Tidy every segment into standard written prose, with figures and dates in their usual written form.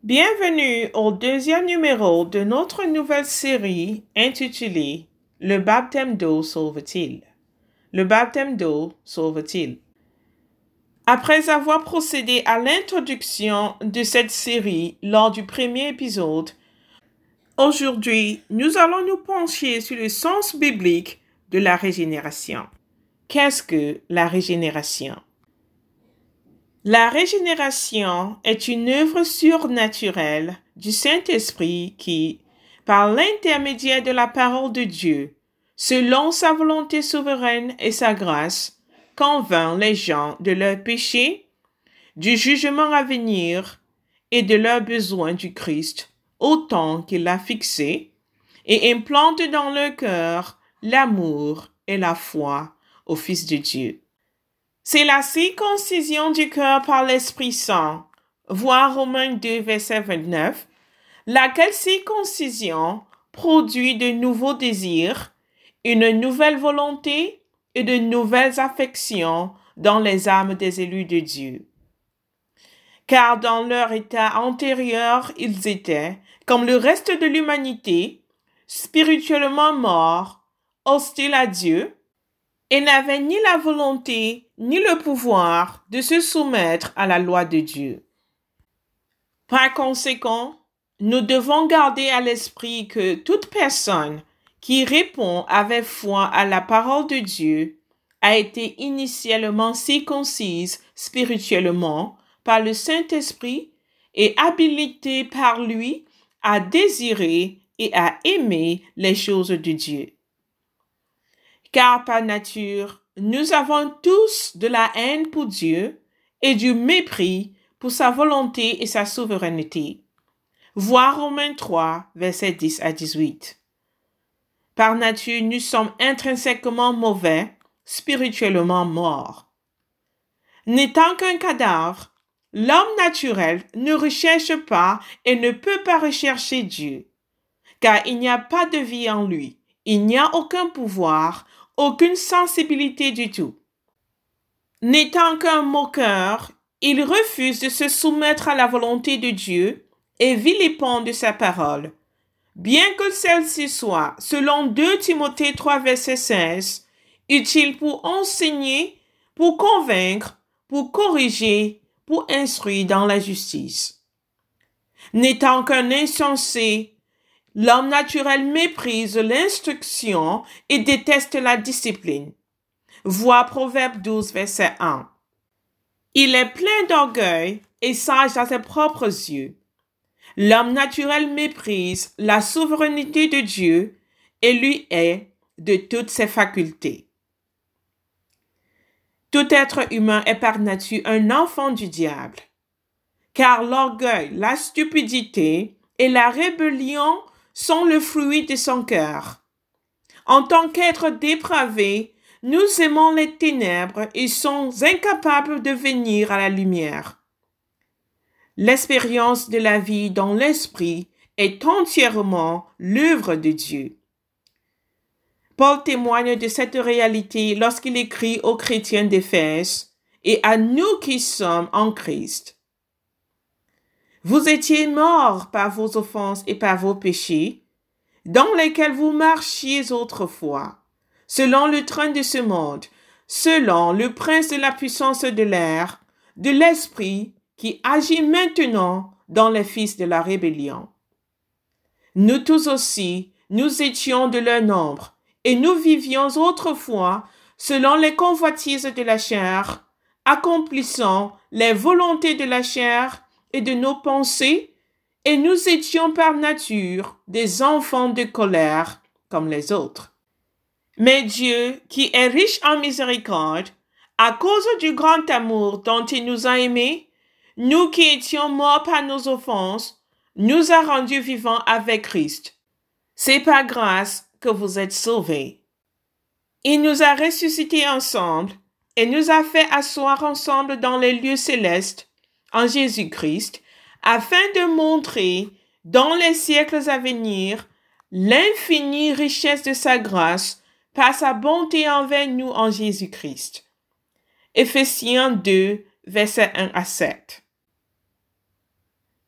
Bienvenue au deuxième numéro de notre nouvelle série intitulée Le baptême d'eau sauve-t-il? Le baptême d'eau sauve-t-il? Après avoir procédé à l'introduction de cette série lors du premier épisode, aujourd'hui, nous allons nous pencher sur le sens biblique de la régénération. Qu'est-ce que la régénération? La régénération est une œuvre surnaturelle du Saint-Esprit qui, par l'intermédiaire de la parole de Dieu, selon sa volonté souveraine et sa grâce, convainc les gens de leurs péchés, du jugement à venir et de leurs besoins du Christ autant qu'il l'a fixé, et implante dans leur cœur l'amour et la foi au Fils de Dieu. C'est la circoncision du cœur par l'Esprit Saint, voir Romains 2, verset 29, laquelle circoncision produit de nouveaux désirs, une nouvelle volonté et de nouvelles affections dans les âmes des élus de Dieu. Car dans leur état antérieur, ils étaient, comme le reste de l'humanité, spirituellement morts, hostiles à Dieu, et n'avaient ni la volonté ni le pouvoir de se soumettre à la loi de Dieu. Par conséquent, nous devons garder à l'esprit que toute personne qui répond avec foi à la parole de Dieu a été initialement circoncise spirituellement par le Saint-Esprit et habilitée par lui à désirer et à aimer les choses de Dieu. Car par nature, nous avons tous de la haine pour Dieu et du mépris pour sa volonté et sa souveraineté. Voir Romains 3, versets 10 à 18. Par nature, nous sommes intrinsèquement mauvais, spirituellement morts. N'étant qu'un cadavre, l'homme naturel ne recherche pas et ne peut pas rechercher Dieu, car il n'y a pas de vie en lui, il n'y a aucun pouvoir, aucune sensibilité du tout. N'étant qu'un moqueur, il refuse de se soumettre à la volonté de Dieu et vilipende sa parole, bien que celle-ci soit, selon 2 Timothée 3, verset 16, utile pour enseigner, pour convaincre, pour corriger, pour instruire dans la justice. N'étant qu'un insensé, l'homme naturel méprise l'instruction et déteste la discipline. Vois Proverbe 12, verset 1. Il est plein d'orgueil et sage à ses propres yeux. L'homme naturel méprise la souveraineté de Dieu et lui est de toutes ses facultés. Tout être humain est par nature un enfant du diable, car l'orgueil, la stupidité et la rébellion sont le fruit de son cœur. En tant qu'être dépravé, nous aimons les ténèbres et sommes incapables de venir à la lumière. L'expérience de la vie dans l'esprit est entièrement l'œuvre de Dieu. Paul témoigne de cette réalité lorsqu'il écrit aux chrétiens d'Éphèse et à nous qui sommes en Christ. Vous étiez morts par vos offenses et par vos péchés, dans lesquels vous marchiez autrefois, selon le train de ce monde, selon le prince de la puissance de l'air, de l'esprit qui agit maintenant dans les fils de la rébellion. Nous tous aussi, nous étions de leur nombre, et nous vivions autrefois selon les convoitises de la chair, accomplissant les volontés de la chair et de nos pensées, et nous étions par nature des enfants de colère comme les autres. Mais Dieu, qui est riche en miséricorde, à cause du grand amour dont il nous a aimés, nous qui étions morts par nos offenses, nous a rendus vivants avec Christ. C'est par grâce que vous êtes sauvés. Il nous a ressuscités ensemble et nous a fait asseoir ensemble dans les lieux célestes en Jésus-Christ, afin de montrer dans les siècles à venir l'infinie richesse de sa grâce par sa bonté envers nous en Jésus-Christ. Éphésiens 2, versets 1 à 7.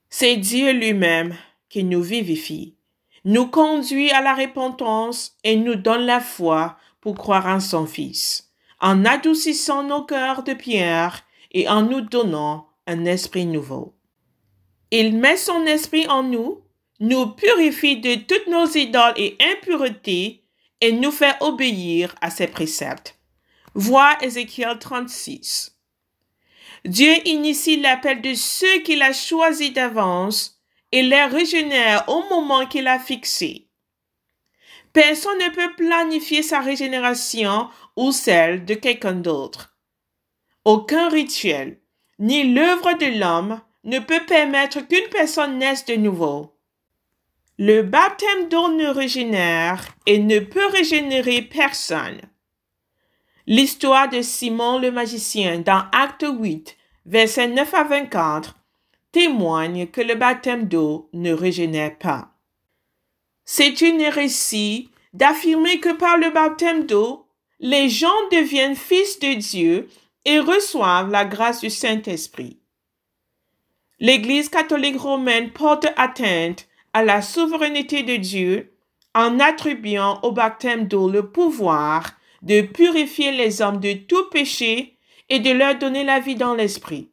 C'est Dieu lui-même qui nous vivifie, nous conduit à la repentance et nous donne la foi pour croire en son Fils, en adoucissant nos cœurs de pierre et en nous donnant un esprit nouveau. Il met son esprit en nous, nous purifie de toutes nos idoles et impuretés et nous fait obéir à ses préceptes. Vois Ézéchiel 36. Dieu initie l'appel de ceux qu'il a choisis d'avance et les régénère au moment qu'il a fixé. Personne ne peut planifier sa régénération ou celle de quelqu'un d'autre. Aucun rituel, ni l'œuvre de l'homme, ne peut permettre qu'une personne naisse de nouveau. Le baptême d'eau ne régénère et ne peut régénérer personne. L'histoire de Simon le magicien dans Acte 8, versets 9 à 24, témoigne que le baptême d'eau ne régénère pas. C'est une hérésie d'affirmer que par le baptême d'eau, les gens deviennent fils de Dieu et reçoivent la grâce du Saint-Esprit. L'Église catholique romaine porte atteinte à la souveraineté de Dieu en attribuant au baptême d'eau le pouvoir de purifier les hommes de tout péché et de leur donner la vie dans l'esprit.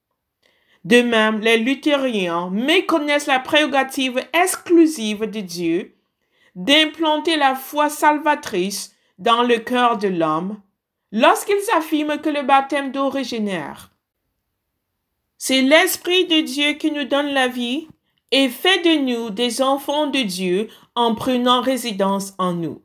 De même, les luthériens méconnaissent la prérogative exclusive de Dieu d'implanter la foi salvatrice dans le cœur de l'homme lorsqu'ils affirment que le baptême d'eau régénère. C'est l'Esprit de Dieu qui nous donne la vie et fait de nous des enfants de Dieu en prenant résidence en nous.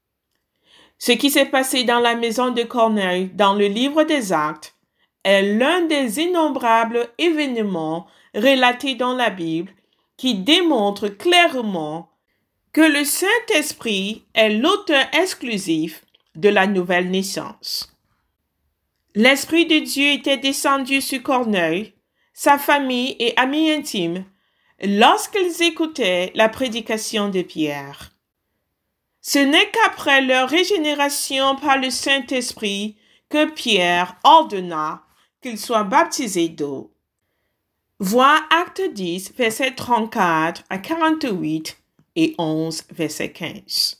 Ce qui s'est passé dans la maison de Corneille dans le livre des Actes est l'un des innombrables événements relatés dans la Bible qui démontrent clairement que le Saint-Esprit est l'auteur exclusif de la nouvelle naissance. L'Esprit de Dieu était descendu sur Corneille, sa famille et amis intimes, lorsqu'ils écoutaient la prédication de Pierre. Ce n'est qu'après leur régénération par le Saint-Esprit que Pierre ordonna qu'ils soient baptisés d'eau. Vois Acte 10, versets 34 à 48 et 11, verset 15.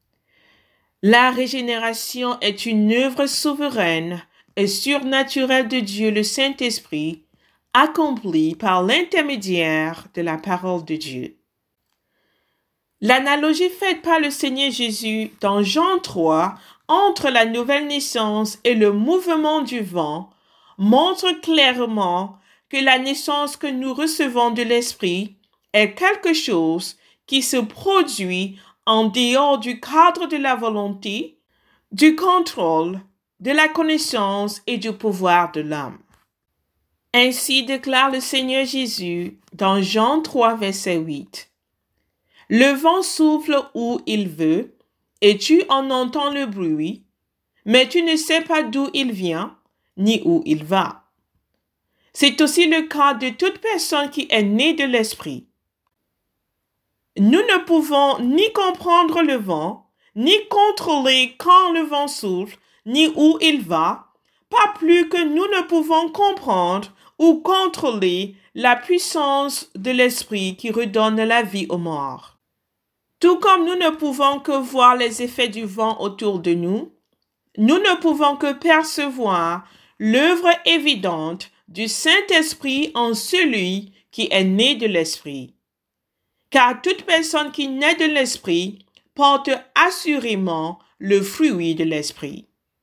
La régénération est une œuvre souveraine et surnaturelle de Dieu le Saint-Esprit, accomplie par l'intermédiaire de la parole de Dieu. L'analogie faite par le Seigneur Jésus dans Jean 3 entre la nouvelle naissance et le mouvement du vent montre clairement que la naissance que nous recevons de l'Esprit est quelque chose qui se produit en dehors du cadre de la volonté, du contrôle, de la connaissance et du pouvoir de l'homme. Ainsi déclare le Seigneur Jésus dans Jean 3, verset 8. Le vent souffle où il veut, et tu en entends le bruit, mais tu ne sais pas d'où il vient, ni où il va. C'est aussi le cas de toute personne qui est née de l'Esprit. Nous ne pouvons ni comprendre le vent, ni contrôler quand le vent souffle, ni où il va, pas plus que nous ne pouvons comprendre ou contrôler la puissance de l'Esprit qui redonne la vie aux morts. Tout comme nous ne pouvons que voir les effets du vent autour de nous, nous ne pouvons que percevoir l'œuvre évidente du Saint-Esprit en celui qui est né de l'Esprit. Car toute personne qui naît de l'Esprit porte assurément le fruit de l'Esprit.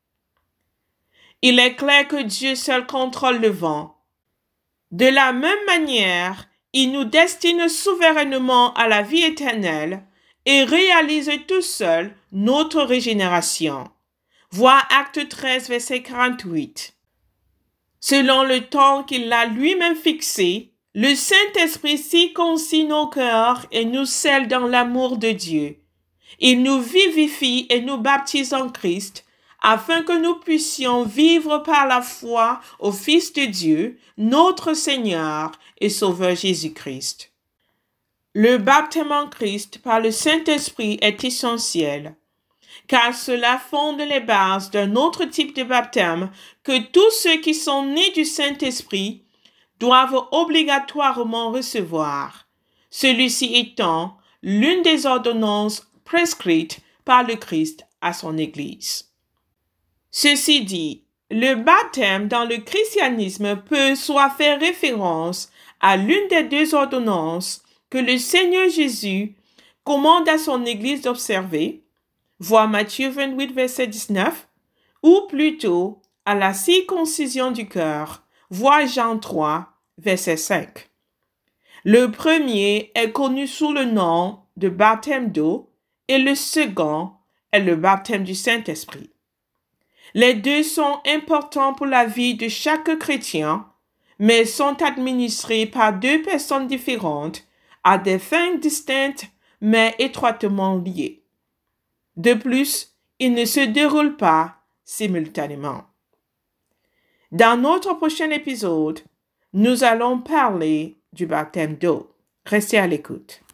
Il est clair que Dieu seul contrôle le vent. De la même manière, il nous destine souverainement à la vie éternelle et réalise tout seul notre régénération. Vois Acte 13, verset 48. Selon le temps qu'il a lui-même fixé, le Saint-Esprit circoncit nos cœurs et nous scelle dans l'amour de Dieu. Il nous vivifie et nous baptise en Christ, afin que nous puissions vivre par la foi au Fils de Dieu, notre Seigneur et Sauveur Jésus-Christ. Le baptême en Christ par le Saint-Esprit est essentiel, car cela fonde les bases d'un autre type de baptême que tous ceux qui sont nés du Saint-Esprit doivent obligatoirement recevoir, celui-ci étant l'une des ordonnances prescrites par le Christ à son Église. Ceci dit, le baptême dans le christianisme peut soit faire référence à l'une des deux ordonnances que le Seigneur Jésus commande à son Église d'observer, voir Matthieu 28, verset 19, ou plutôt à la circoncision du cœur, voir Jean 3, verset 5. Le premier est connu sous le nom de baptême d'eau et le second est le baptême du Saint-Esprit. Les deux sont importants pour la vie de chaque chrétien, mais sont administrés par deux personnes différentes à des fins distinctes mais étroitement liées. De plus, ils ne se déroulent pas simultanément. Dans notre prochain épisode, nous allons parler du baptême d'eau. Restez à l'écoute.